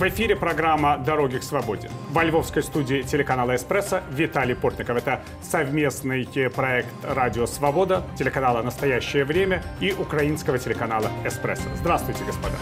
В эфире программа «Дороги к свободе». Во львовской студии телеканала «Эспрессо» Виталий Портников. Это совместный проект «Радио Свобода», телеканала «Настоящее время» и украинского телеканала «Эспрессо». Здравствуйте, господа.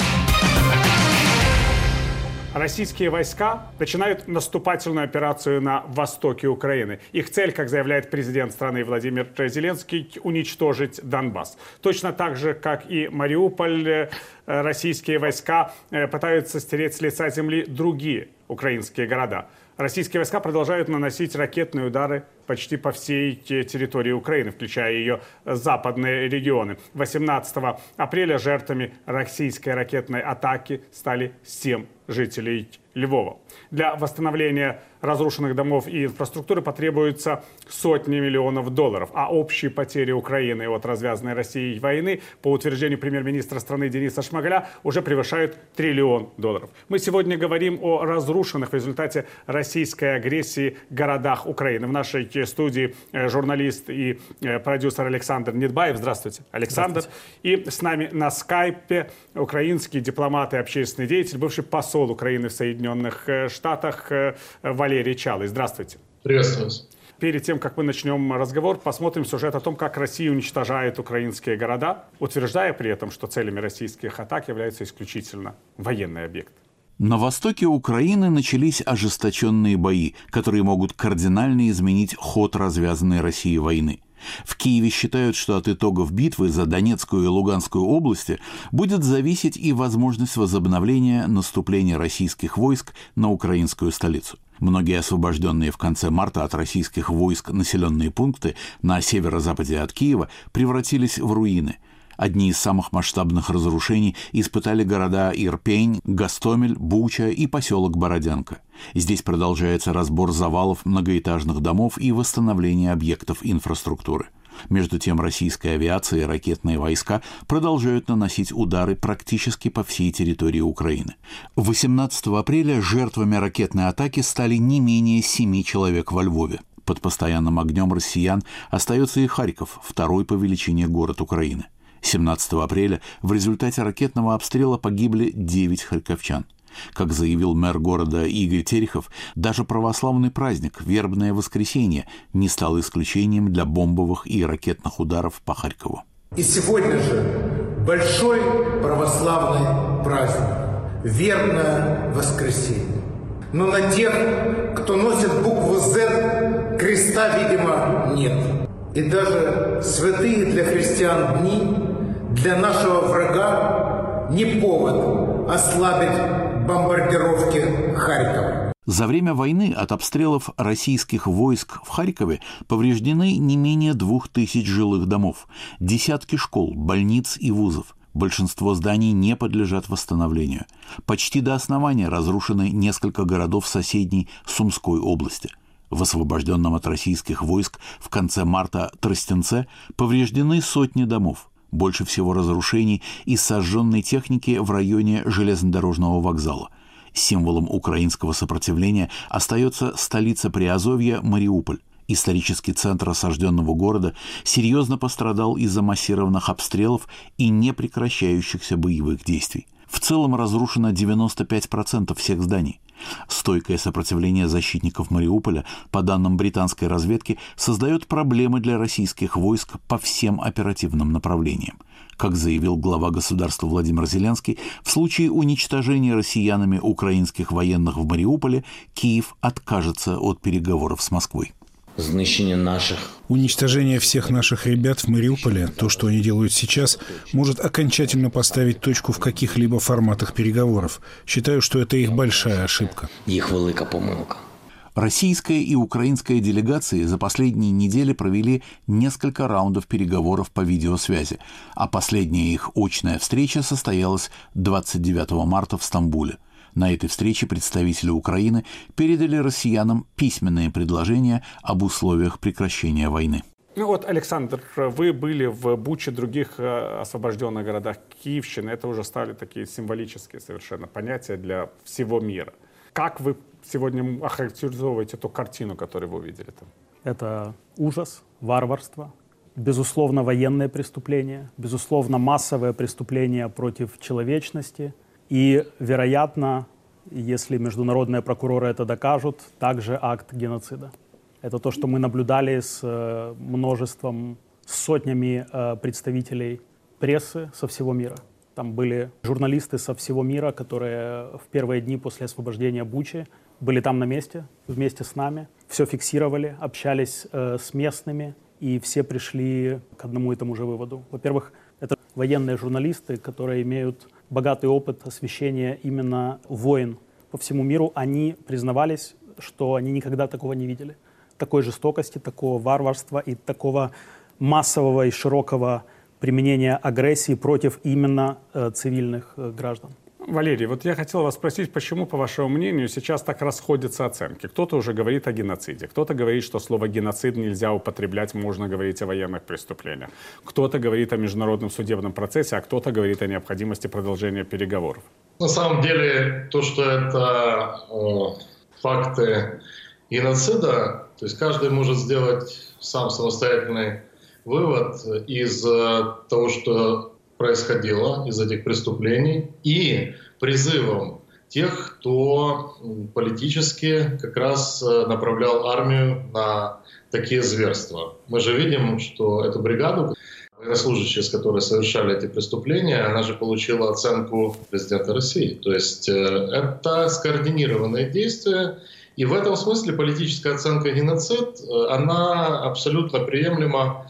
Российские войска начинают наступательную операцию на востоке Украины. Их цель, как заявляет президент страны Владимир Зеленский, уничтожить Донбасс. Точно так же, как и Мариуполь, российские войска пытаются стереть с лица земли другие украинские города. Российские войска продолжают наносить ракетные удары почти по всей территории Украины, включая ее западные регионы. 18 апреля жертвами российской ракетной атаки стали 7 жителей Львова. Для восстановления разрушенных домов и инфраструктуры потребуется сотни миллионов долларов, а общие потери Украины от развязанной Россией войны, по утверждению премьер-министра страны Дениса Шмыгаля, уже превышают $1 триллион. Мы сегодня говорим о разрушенных в результате российской агрессии городах Украины. В нашей студии журналист и продюсер Александр Недбаев. Здравствуйте, Александр. Здравствуйте. И с нами на скайпе украинский дипломат и общественный деятель, бывший посол Украины в Соединенных Штатах Валерий Чалый. Здравствуйте. Приветствую вас. Перед тем, как мы начнем разговор, посмотрим сюжет о том, как Россия уничтожает украинские города, утверждая при этом, что целями российских атак являются исключительно военные объекты. На востоке Украины начались ожесточенные бои, которые могут кардинально изменить ход развязанной Россией войны. В Киеве считают, что от итогов битвы за Донецкую и Луганскую области будет зависеть и возможность возобновления наступления российских войск на украинскую столицу. Многие освобожденные в конце марта от российских войск населенные пункты на северо-западе от Киева превратились в руины. Одни из самых масштабных разрушений испытали города Ирпень, Гостомель, Буча и поселок Бородянка. Здесь продолжается разбор завалов многоэтажных домов и восстановление объектов инфраструктуры. Между тем, российская авиация и ракетные войска продолжают наносить удары практически по всей территории Украины. 18 апреля жертвами ракетной атаки стали не менее 7 человек во Львове. Под постоянным огнем россиян остается и Харьков, второй по величине город Украины. 17 апреля в результате ракетного обстрела погибли 9 харьковчан. Как заявил мэр города Игорь Терехов, даже православный праздник Вербное воскресенье не стал исключением для бомбовых и ракетных ударов по Харькову. И сегодня же большой православный праздник Вербное воскресенье. Но на тех, кто носит букву «З», креста, видимо, нет. И даже святые для христиан дни для нашего врага не повод ослабить бомбардировки Харькова. За время войны от обстрелов российских войск в Харькове повреждены не менее 2000 жилых домов, десятки школ, больниц и вузов. Большинство зданий не подлежат восстановлению. Почти до основания разрушены несколько городов соседней Сумской области. В освобожденном от российских войск в конце марта Тростенце повреждены сотни домов. Больше всего разрушений и сожженной техники в районе железнодорожного вокзала. Символом украинского сопротивления остается столица Приазовья Мариуполь. Исторический центр осажденного города серьезно пострадал из-за массированных обстрелов и непрекращающихся боевых действий. В целом разрушено 95% всех зданий. Стойкое сопротивление защитников Мариуполя, по данным британской разведки, создает проблемы для российских войск по всем оперативным направлениям. Как заявил глава государства Владимир Зеленский, в случае уничтожения россиянами украинских военных в Мариуполе Киев откажется от переговоров с Москвой. Уничтожение всех наших ребят в Мариуполе, то, что они делают сейчас, может окончательно поставить точку в каких-либо форматах переговоров. Считаю, что это их большая ошибка. Их велика помилка. Российская и украинская делегации за последние недели провели несколько раундов переговоров по видеосвязи, а последняя их очная встреча состоялась 29 марта в Стамбуле. На этой встрече представители Украины передали россиянам письменные предложения об условиях прекращения войны. Ну вот, Александр, вы были в Буче, других освобожденных городах Киевщины. Это уже стали такие символические совершенно понятия для всего мира. Как вы сегодня охарактеризовываете ту картину, которую вы увидели там? Это ужас, варварство, безусловно, военные преступления, безусловно, массовые преступления против человечности и, вероятно, если международные прокуроры это докажут, также акт геноцида. Это то, что мы наблюдали с множеством, с сотнями представителей прессы со всего мира. Там были журналисты со всего мира, которые в первые дни после освобождения Бучи были там на месте, вместе с нами, все фиксировали, общались с местными, и все пришли к одному и тому же выводу. Во-первых, это военные журналисты, которые имеют богатый опыт освещения именно войн по всему миру. Они признавались, что они никогда такого не видели. Такой жестокости, такого варварства и такого массового и широкого применения агрессии против именно цивильных граждан. Валерий, вот я хотел вас спросить, почему, по вашему мнению, сейчас так расходятся оценки? Кто-то уже говорит о геноциде, кто-то говорит, что слово «геноцид» нельзя употреблять, можно говорить о военных преступлениях. Кто-то говорит о международном судебном процессе, а кто-то говорит о необходимости продолжения переговоров. На самом деле, то, что это факты геноцида, то есть каждый может сделать сам самостоятельный вывод из того, что происходило, из этих преступлений, и призывом тех, кто политически как раз направлял армию на такие зверства. Мы же видим, что эту бригаду, военнослужащие, с которой совершали эти преступления, она же получила оценку президента России. То есть это скоординированные действия. И в этом смысле политическая оценка геноцид, она абсолютно приемлема.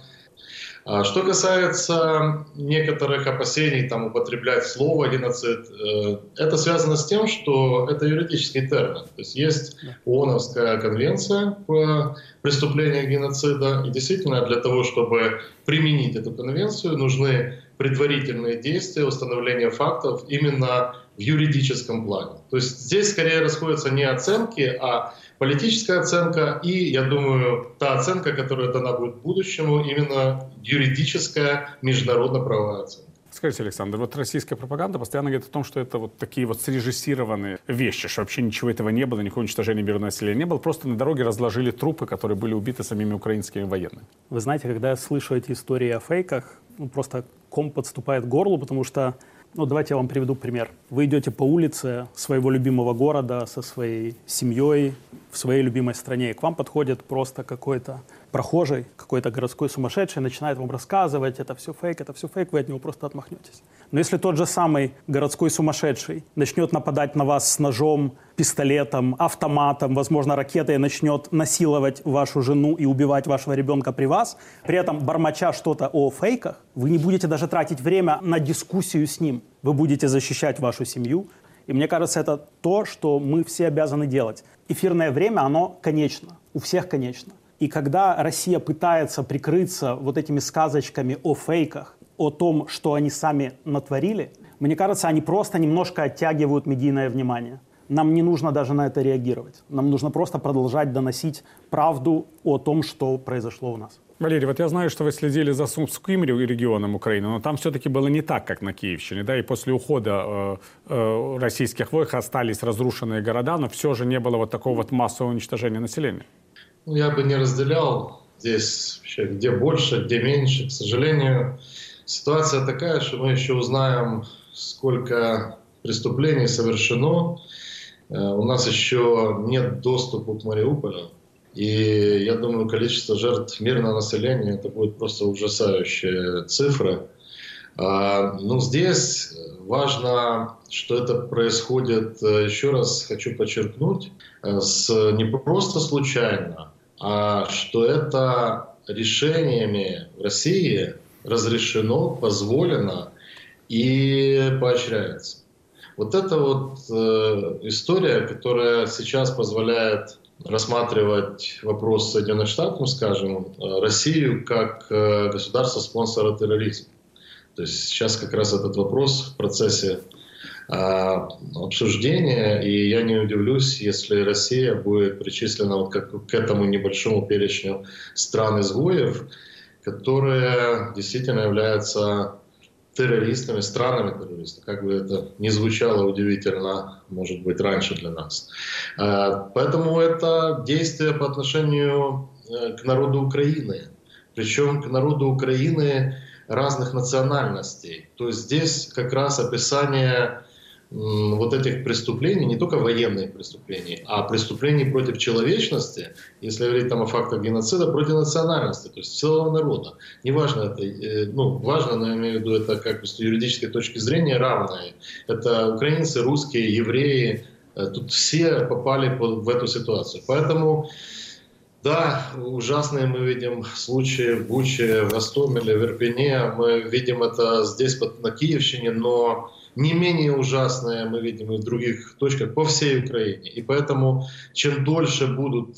Что касается некоторых опасений там, употреблять слово «геноцид», это связано с тем, что это юридический термин. То есть ООНовская конвенция по преступлениям геноцида, и действительно для того, чтобы применить эту конвенцию, нужны предварительные действия, установление фактов именно в юридическом плане. То есть здесь скорее расходятся не оценки, а политическая оценка и, я думаю, та оценка, которая дана будет будущему, именно юридическая международно-правовая оценка. Скажите, Александр, вот российская пропаганда постоянно говорит о том, что это вот такие вот срежиссированные вещи, что вообще ничего этого не было, никакого уничтожения мирного населения не было, просто на дороге разложили трупы, которые были убиты самими украинскими военными. Вы знаете, когда я слышу эти истории о фейках, просто ком подступает к горлу, потому что, давайте я вам приведу пример. Вы идете по улице своего любимого города со своей семьей в своей любимой стране, и к вам подходит просто какой-то прохожий, какой-то городской сумасшедший, начинает вам рассказывать, это все фейк, вы от него просто отмахнетесь. Но если тот же самый городской сумасшедший начнет нападать на вас с ножом, пистолетом, автоматом, возможно, ракетой, начнет насиловать вашу жену и убивать вашего ребенка при вас, при этом бормоча что-то о фейках, вы не будете даже тратить время на дискуссию с ним. Вы будете защищать вашу семью. И мне кажется, это то, что мы все обязаны делать. Эфирное время, оно конечно, у всех конечно. И когда Россия пытается прикрыться вот этими сказочками о фейках, о том, что они сами натворили, мне кажется, они просто немножко оттягивают медийное внимание. Нам не нужно даже на это реагировать. Нам нужно просто продолжать доносить правду о том, что произошло у нас. Валерий, вот я знаю, что вы следили за Сумским регионом Украины, но там все-таки было не так, как на Киевщине, да, и после ухода российских войск остались разрушенные города, но все же не было вот такого вот массового уничтожения населения. Я бы не разделял здесь вообще, где больше, где меньше. К сожалению, ситуация такая, что мы еще узнаем, сколько преступлений совершено. У нас еще нет доступа к Мариуполю. И я думаю, количество жертв мирного населения — это будет просто ужасающая цифра. Но здесь важно, что это происходит, еще раз хочу подчеркнуть, не просто случайно, а что это решениями в России разрешено, позволено и поощряется. Вот это вот история, которая сейчас позволяет рассматривать вопрос Соединенных Штатов, скажем, Россию как государство-спонсора терроризма. То есть сейчас как раз этот вопрос в процессе обсуждения, и я не удивлюсь, если Россия будет причислена вот к этому небольшому перечню стран-изгоев, которые действительно являются террористами, странами-террористами, как бы это ни звучало удивительно, может быть, раньше для нас. Поэтому это действие по отношению к народу Украины, причем к народу Украины разных национальностей. То есть здесь как раз описание вот этих преступлений, не только военных преступлений, а преступлений против человечности, если говорить там о фактах геноцида, против национальности, то есть целого народа. Неважно это, важно, но я имею в виду, это как бы с юридической точки зрения равное. Это украинцы, русские, евреи, тут все попали в эту ситуацию. Поэтому, да, ужасные мы видим случаи в Буче, в Гостомеле, в Ирпене, мы видим это здесь, на Киевщине, но не менее ужасное мы видим и в других точках по всей Украине. И поэтому чем дольше будут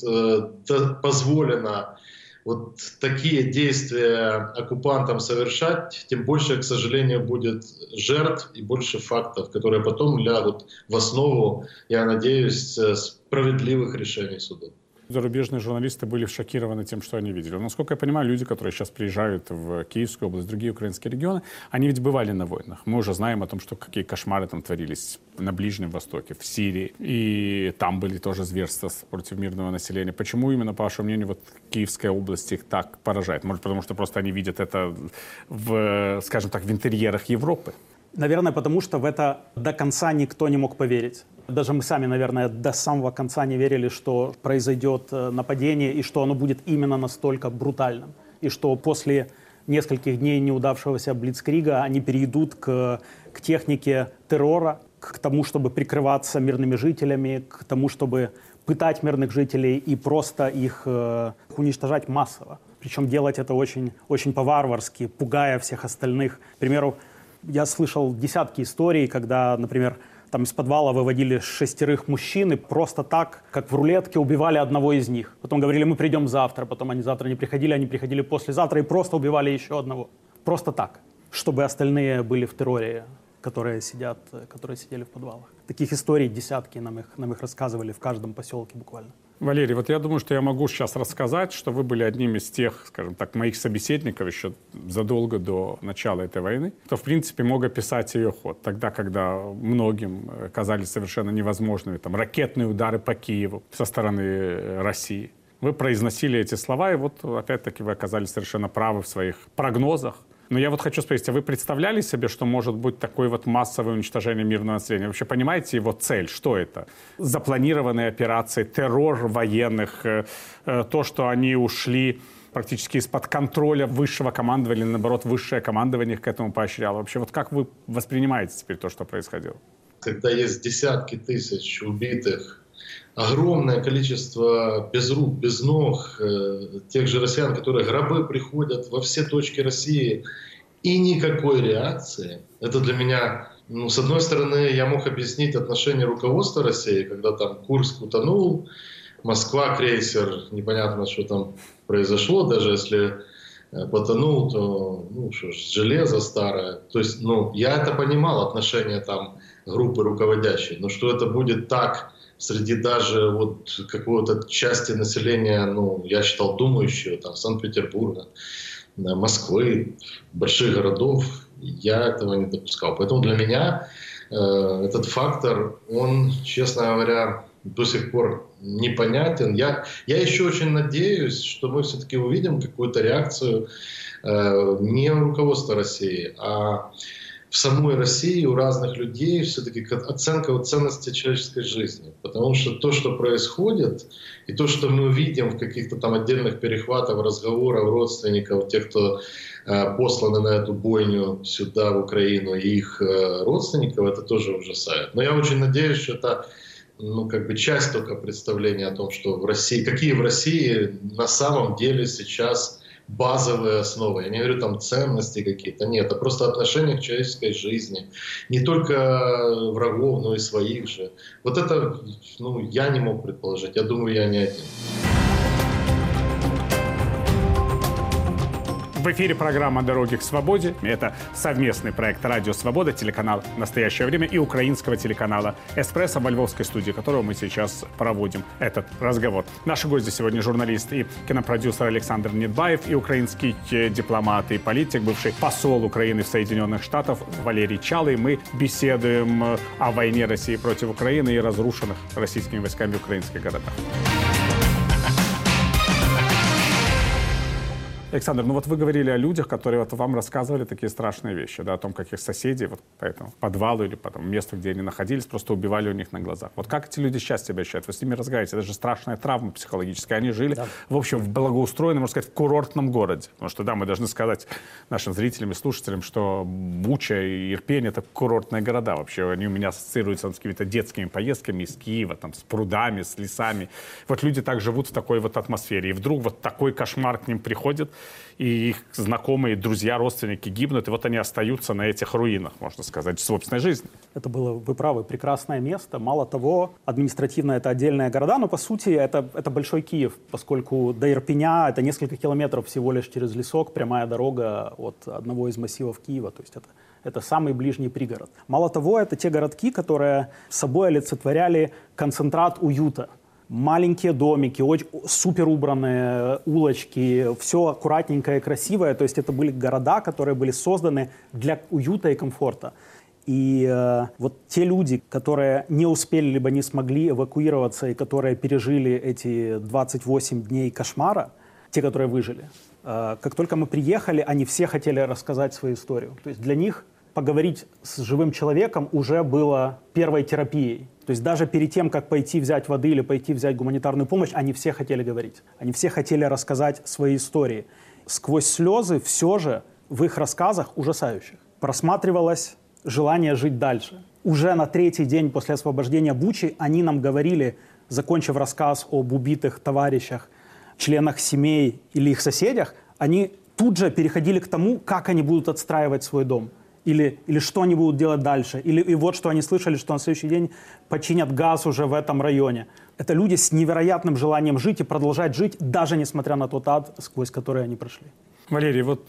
позволено вот такие действия оккупантам совершать, тем больше, к сожалению, будет жертв и больше фактов, которые потом лягут в основу, я надеюсь, справедливых решений судов. Зарубежные журналисты были шокированы тем, что они видели. Насколько я понимаю, люди, которые сейчас приезжают в Киевскую область, другие украинские регионы, они ведь бывали на войнах. Мы уже знаем о том, что какие кошмары там творились на Ближнем Востоке, в Сирии. И там были тоже зверства против мирного населения. Почему именно, по вашему мнению, вот Киевская область их так поражает? Может, потому что просто они видят это в, скажем так, в интерьерах Европы? Наверное, потому что в это до конца никто не мог поверить. Даже мы сами, наверное, до самого конца не верили, что произойдет нападение и что оно будет именно настолько брутальным. И что после нескольких дней неудавшегося блицкрига они перейдут к технике террора, к тому, чтобы прикрываться мирными жителями, к тому, чтобы пытать мирных жителей и просто их уничтожать массово. Причем делать это очень, очень по-варварски, пугая всех остальных. К примеру, я слышал десятки историй, когда, например, там из подвала выводили 6 мужчин и просто так, как в рулетке, убивали одного из них. Потом говорили, мы придем завтра. Потом они завтра не приходили, они приходили послезавтра и просто убивали еще одного. Просто так, чтобы остальные были в терроре, которые сидели в подвалах. Таких историй десятки, нам их рассказывали в каждом поселке буквально. Валерий, вот я думаю, что я могу сейчас рассказать, что вы были одним из тех, скажем так, моих собеседников еще задолго до начала этой войны, кто, в принципе, мог описать ее ход. Тогда, когда многим казались совершенно невозможными там, ракетные удары по Киеву со стороны России. Вы произносили эти слова, и вот, опять-таки, вы оказались совершенно правы в своих прогнозах. Но я вот хочу спросить, а вы представляли себе, что может быть такое вот массовое уничтожение мирного населения? Вы вообще понимаете его цель? Что это? Запланированные операции, террор военных, то, что они ушли практически из-под контроля высшего командования, или наоборот, высшее командование их к этому поощряло. Вообще, вот как вы воспринимаете теперь то, что происходило? Когда есть десятки тысяч убитых, огромное количество без рук, без ног, тех же россиян, которые гробы приходят во все точки России, и никакой реакции. Это для меня, с одной стороны, я мог объяснить отношение руководства России, когда там Курск утонул, Москва, крейсер, непонятно, что там произошло, даже если потонул, то, железо старое. То есть, я это понимал, отношение там группы руководящей, но что это будет так, среди даже вот какой-то части населения, я считал, думающего, там, Санкт-Петербурга, Москвы, больших городов, я этого не допускал. Поэтому для меня этот фактор, он, честно говоря, до сих пор непонятен. Я еще очень надеюсь, что мы все-таки увидим какую-то реакцию не руководства России, а в самой России у разных людей все-таки оценка ценности человеческой жизни. Потому что то, что происходит, и то, что мы видим в каких-то там отдельных перехватах, разговорах родственников, тех, кто посланы на эту бойню сюда, в Украину, и их родственников, это тоже ужасает. Но я очень надеюсь, что это часть только представления о том, что в России, какие в России на самом деле сейчас базовые основы. Я не говорю там ценности какие-то. Нет, это просто отношение к человеческой жизни. Не только врагов, но и своих же. Вот это, я не мог предположить. Я думаю, я не один. В эфире программа «Дороги к свободе». Это совместный проект «Радио Свобода», телеканал «Настоящее время» и украинского телеканала «Эспрессо» во львовской студии, которого мы сейчас проводим этот разговор. Наши гости сегодня журналист и кинопродюсер Александр Недбаев и украинский дипломат и политик, бывший посол Украины в Соединенных Штатах Валерий Чалый. Мы беседуем о войне России против Украины и разрушенных российскими войсками украинских городах. Александр, ну вот вы говорили о людях, которые вот вам рассказывали такие страшные вещи, да, о том, как их соседи вот по этому подвалу или по тому месту, где они находились, просто убивали у них на глазах. Вот как эти люди сейчас себя ощущают? Вы с ними разговариваете, это же страшная травма психологическая. Они жили, в общем, в благоустроенном, можно сказать, в курортном городе. Потому что, да, мы должны сказать нашим зрителям и слушателям, что Буча и Ирпень — это курортные города. Вообще они у меня ассоциируются с какими-то детскими поездками из Киева, там, с прудами, с лесами. Вот люди так живут в такой вот атмосфере. И вдруг вот такой кошмар к ним приходит, и их знакомые, друзья, родственники гибнут, и вот они остаются на этих руинах, можно сказать, собственной жизни. Это было, вы правы, прекрасное место. Мало того, административно это отдельные города, но по сути это большой Киев, поскольку до Ирпеня это несколько километров всего лишь через лесок, прямая дорога от одного из массивов Киева, то есть это самый ближний пригород. Мало того, это те городки, которые собой олицетворяли концентрат уюта. Маленькие домики, супер убранные улочки, все аккуратненькое и красивое. То есть это были города, которые были созданы для уюта и комфорта. И вот те люди, которые не успели либо не смогли эвакуироваться и которые пережили эти 28 дней кошмара, те, которые выжили, как только мы приехали, они все хотели рассказать свою историю. То есть для них поговорить с живым человеком уже было первой терапией. То есть даже перед тем, как пойти взять воды или пойти взять гуманитарную помощь, они все хотели говорить. Они все хотели рассказать свои истории. Сквозь слезы все же в их рассказах ужасающих просматривалось желание жить дальше. Уже на третий день после освобождения Бучи они нам говорили, закончив рассказ об убитых товарищах, членах семей или их соседях, они тут же переходили к тому, как они будут отстраивать свой дом. Или что они будут делать дальше. И вот что они слышали, что на следующий день починят газ уже в этом районе. Это люди с невероятным желанием жить и продолжать жить, даже несмотря на тот ад, сквозь который они прошли. Валерий, вот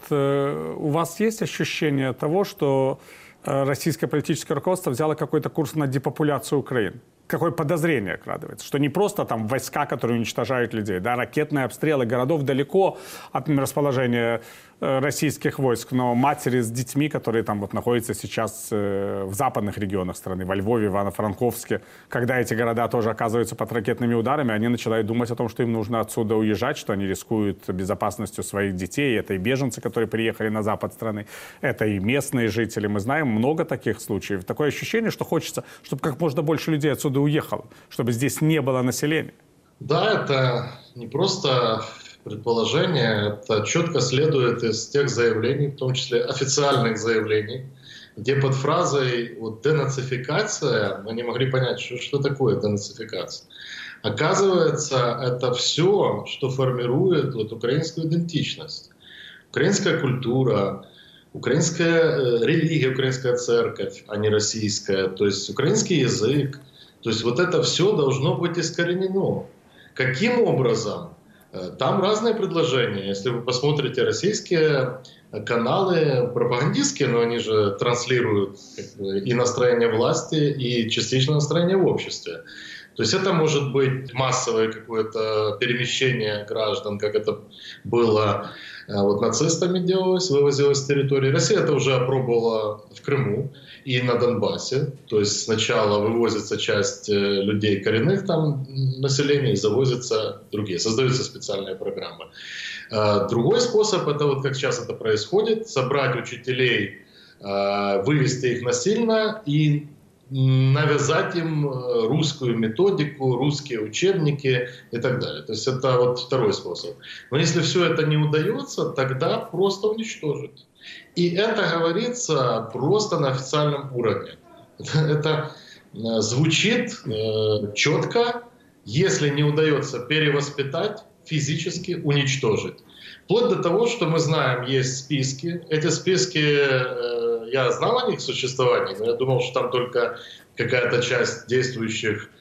у вас есть ощущение того, что российское политическое руководство взяло какой-то курс на депопуляцию Украины? Какое подозрение крадывается, что не просто там войска, которые уничтожают людей, да, ракетные обстрелы городов далеко от расположения российских войск, но матери с детьми, которые там вот находятся сейчас в западных регионах страны, во Львове, Ивано-Франковске, когда эти города тоже оказываются под ракетными ударами, они начинают думать о том, что им нужно отсюда уезжать, что они рискуют безопасностью своих детей. Это и беженцы, которые приехали на запад страны, это и местные жители. Мы знаем много таких случаев. Такое ощущение, что хочется, чтобы как можно больше людей отсюда уехало, чтобы здесь не было населения. Да, это не просто предположение, это четко следует из тех заявлений, в том числе официальных заявлений, где под фразой вот, денацификация мы не могли понять, что такое денацификация. Оказывается, это все, что формирует вот, украинскую идентичность. Украинская культура, украинская религия, украинская церковь, а не российская, то есть украинский язык. То есть вот это все должно быть искоренено. Каким образом? Там разные предложения. Если вы посмотрите российские каналы пропагандистские, но они же транслируют и настроение власти, и частично настроение в обществе. То есть это может быть массовое какое-то перемещение граждан, как это было вот нацистами делалось, вывозилось с территории. Россия это уже опробовала в Крыму и на Донбассе. То есть сначала вывозится часть людей коренных там населения и завозятся другие. Создаются специальные программы. Другой способ, это вот как сейчас это происходит, собрать учителей, вывести их насильно и навязать им русскую методику, русские учебники и так далее. То есть это вот второй способ. Но если все это не удается, тогда просто уничтожить. И это говорится просто на официальном уровне. Это звучит четко, если не удается перевоспитать, физически уничтожить. Вплоть до того, что мы знаем, есть списки. Эти списки, я знал о них существовании, но я думал, что там только какая-то часть действующих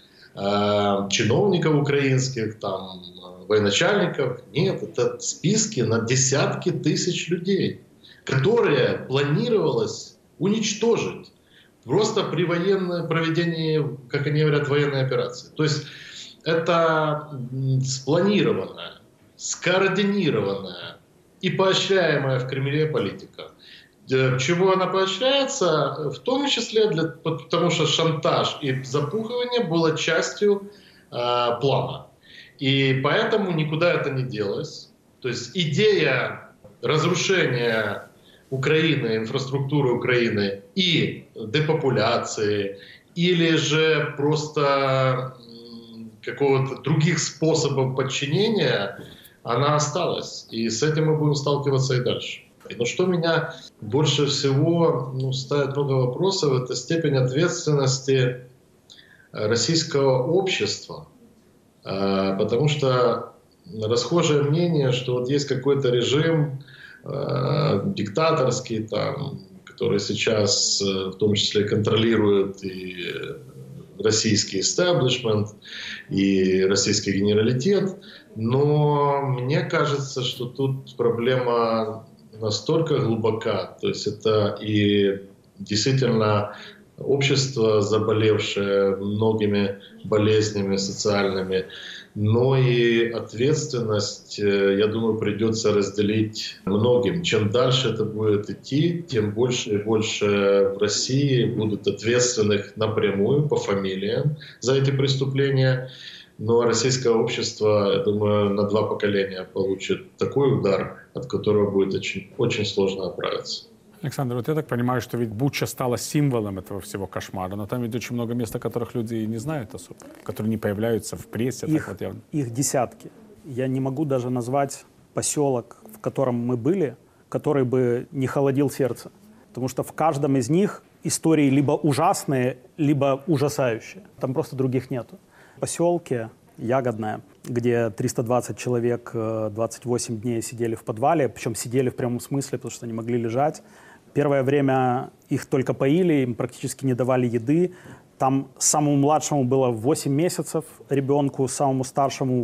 чиновников украинских, там, военачальников. Нет, это списки на десятки тысяч людей, которые планировалось уничтожить просто при проведении, как они говорят, военной операции. То есть это спланированная, скоординированная и поощряемая в Кремле политика. Чего она поощряется? В том числе потому, что шантаж и запугивание было частью плана. И поэтому никуда это не делось. То есть идея разрушения Украины, инфраструктуры Украины и депопуляции, или же просто какого-то других способов подчинения, она осталась. И с этим мы будем сталкиваться и дальше. Но что меня больше всего ставит много вопросов, это степень ответственности российского общества. Потому что расхожее мнение, что вот есть какой-то режим диктаторский, там, который сейчас в том числе контролирует и российский истеблишмент, и российский генералитет. Но мне кажется, что тут проблема настолько глубока, то есть это и действительно общество, заболевшее многими болезнями социальными, но и ответственность, я думаю, придется разделить многим. Чем дальше это будет идти, тем больше и больше в России будут ответственных напрямую по фамилиям за эти преступления. Но российское общество, я думаю, на 2 поколения получит такой удар, от которого будет очень, очень сложно оправиться. Александр, вот я так понимаю, что ведь Буча стала символом этого всего кошмара, но там ведь очень много мест, о которых люди и не знают особо, которые не появляются в прессе. Их десятки. Я не могу даже назвать поселок, в котором мы были, который бы не холодил сердце. Потому что в каждом из них истории либо ужасные, либо ужасающие. Там просто других нету. В поселке Ягодное, где 320 человек 28 дней сидели в подвале, причем сидели в прямом смысле, потому что не могли лежать. Первое время их только поили, им практически не давали еды. Там самому младшему было 8 месяцев ребенку, самому старшему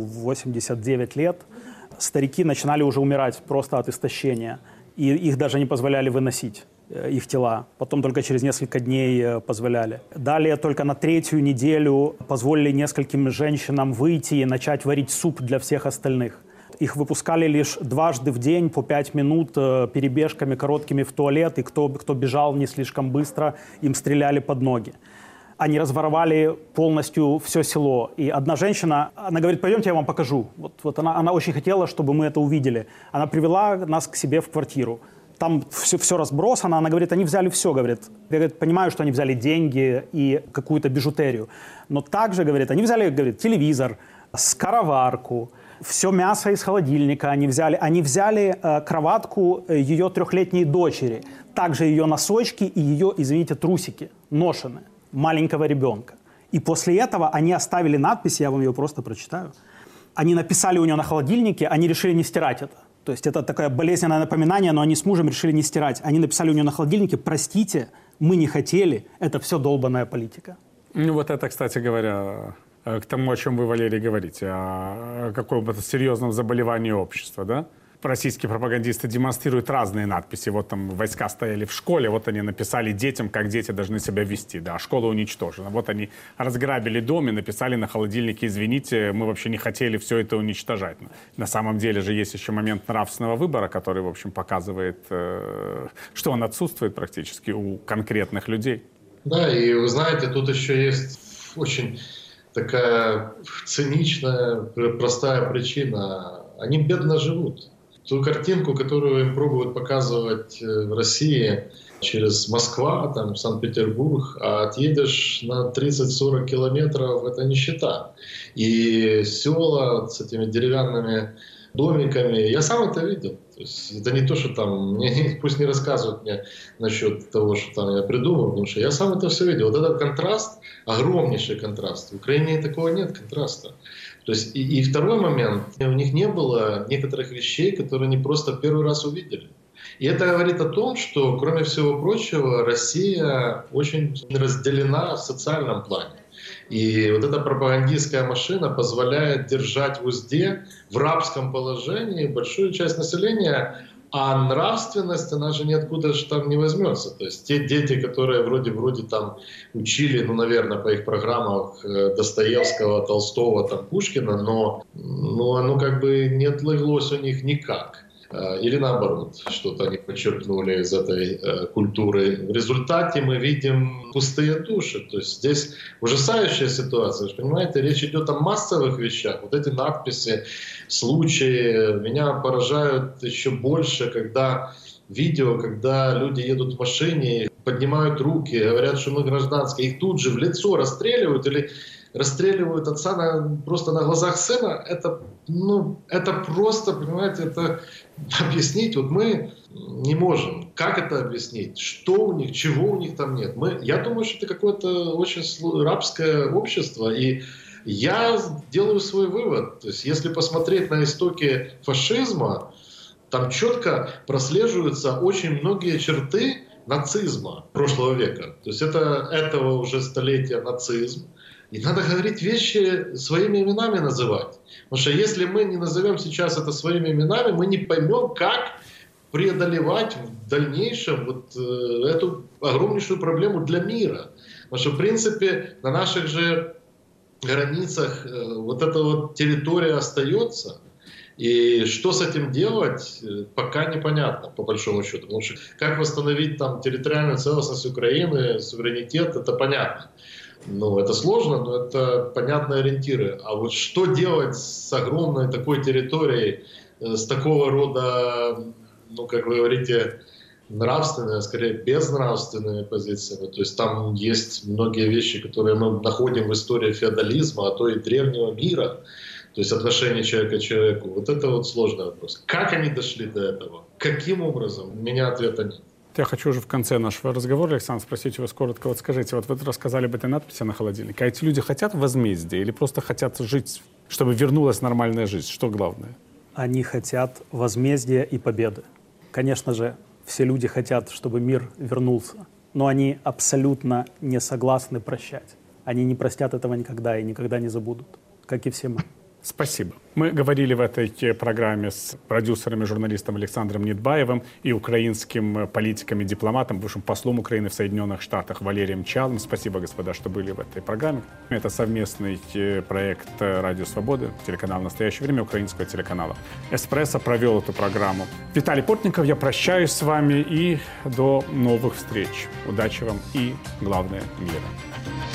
89 лет. Старики начинали уже умирать просто от истощения. И их даже не позволяли выносить, их тела. Потом только через несколько дней позволяли. Далее только на 3-ю неделю позволили нескольким женщинам выйти и начать варить суп для всех остальных. Их выпускали лишь дважды в день по 5 минут перебежками короткими в туалет. И кто бежал не слишком быстро, им стреляли под ноги. Они разворовали полностью все село. И одна женщина, она говорит: пойдемте, я вам покажу. Вот она очень хотела, чтобы мы это увидели. Она привела нас к себе в квартиру. Там все разбросано. Она говорит, они взяли все, говорит. Я, говорит, понимаю, что они взяли деньги и какую-то бижутерию. Но также, говорит, они взяли, говорит, телевизор, скороварку, все мясо из холодильника они взяли. Они взяли кроватку ее 3-летней дочери. Также ее носочки и ее, извините, трусики ношеные. Маленького ребенка. И после этого они оставили надпись, я вам ее просто прочитаю. Они написали у нее на холодильнике, они решили не стирать это. То есть это такое болезненное напоминание, но они с мужем решили не стирать. Они написали у нее на холодильнике: простите, мы не хотели, это все долбаная политика. Ну вот это, кстати говоря, к тому, о чем вы, Валерий, говорите, о каком-то серьезном заболевании общества, да? Российские пропагандисты демонстрируют разные надписи. Вот там войска стояли в школе, вот они написали детям, как дети должны себя вести. Да, школа уничтожена. Вот они разграбили дом и написали на холодильнике: извините, мы вообще не хотели все это уничтожать. На самом деле же есть еще момент нравственного выбора, который, в общем, показывает, что он отсутствует практически у конкретных людей. Да, и вы знаете, тут еще есть очень такая циничная, простая причина. Они бедно живут. Ту картинку, которую им пробуют показывать в России через Москва, там, Санкт-Петербург, а отъедешь на 30-40 километров, это нищета. И села с этими деревянными домиками, я сам это видел. То есть это не то, что там, пусть не рассказывают мне насчет того, что там я придумал, потому что я сам это все видел. Вот этот контраст, огромнейший контраст. В Украине такого нет контраста. То есть и второй момент, у них не было некоторых вещей, которые они просто первый раз увидели. И это говорит о том, что, кроме всего прочего, Россия очень разделена в социальном плане. И вот эта пропагандистская машина позволяет держать в узде, в рабском положении большую часть населения, а нравственность, она же ниоткуда же там не возьмется. То есть те дети, которые вроде там учили, ну, наверное, по их программах Достоевского, Толстого, там, Пушкина, но оно как бы не отлеглось у них никак. или наоборот, что-то они подчеркнули из этой культуры. В результате мы видим пустые души. То есть здесь ужасающая ситуация. Вы понимаете, речь идет о массовых вещах. Вот эти надписи, случаи меня поражают еще больше, когда видео, когда люди едут в машине, поднимают руки, говорят, что мы гражданские, их тут же в лицо расстреливают или расстреливают отца просто на глазах сына. Это просто, понимаете, это объяснить вот мы не можем. Как это объяснить? Что у них, чего у них там нет? Я думаю, что это какое-то очень рабское общество, и я делаю свой вывод. То есть если посмотреть на истоки фашизма, там четко прослеживаются очень многие черты нацизма прошлого века. То есть это этого уже столетия нацизм. И надо говорить вещи своими именами называть. Потому что если мы не назовем сейчас это своими именами, мы не поймем, как преодолевать в дальнейшем вот эту огромнейшую проблему для мира. Потому что, в принципе, на наших же границах вот эта вот территория остается. И что с этим делать, пока непонятно, по большому счету. Потому что как восстановить там территориальную целостность Украины, суверенитет, это понятно. Это сложно, но это понятные ориентиры. А вот что делать с огромной такой территорией, с такого рода, как вы говорите, нравственными, а скорее безнравственными позициями. То есть там есть многие вещи, которые мы находим в истории феодализма, а то и древнего мира. То есть отношение человека к человеку. Вот это вот сложный вопрос. Как они дошли до этого? Каким образом? У меня ответа нет. Я хочу уже в конце нашего разговора, Александр, спросить вас коротко. Вот скажите, вот вы рассказали об этой надписи на холодильнике. А эти люди хотят возмездия или просто хотят жить, чтобы вернулась нормальная жизнь? Что главное? Они хотят возмездия и победы. Конечно же, все люди хотят, чтобы мир вернулся, но они абсолютно не согласны прощать. Они не простят этого никогда и никогда не забудут, как и все мы. Спасибо. Мы говорили в этой программе с продюсером и журналистом Александром Нетбаевым и украинским политиком и дипломатом, бывшим послом Украины в Соединенных Штатах Валерием Чалым. Спасибо, господа, что были в этой программе. Это совместный проект «Радио Свободы», телеканал «Настоящее время», украинского телеканала «Эспрессо» провел эту программу. Виталий Портников, я прощаюсь с вами и до новых встреч. Удачи вам и, главное, мира.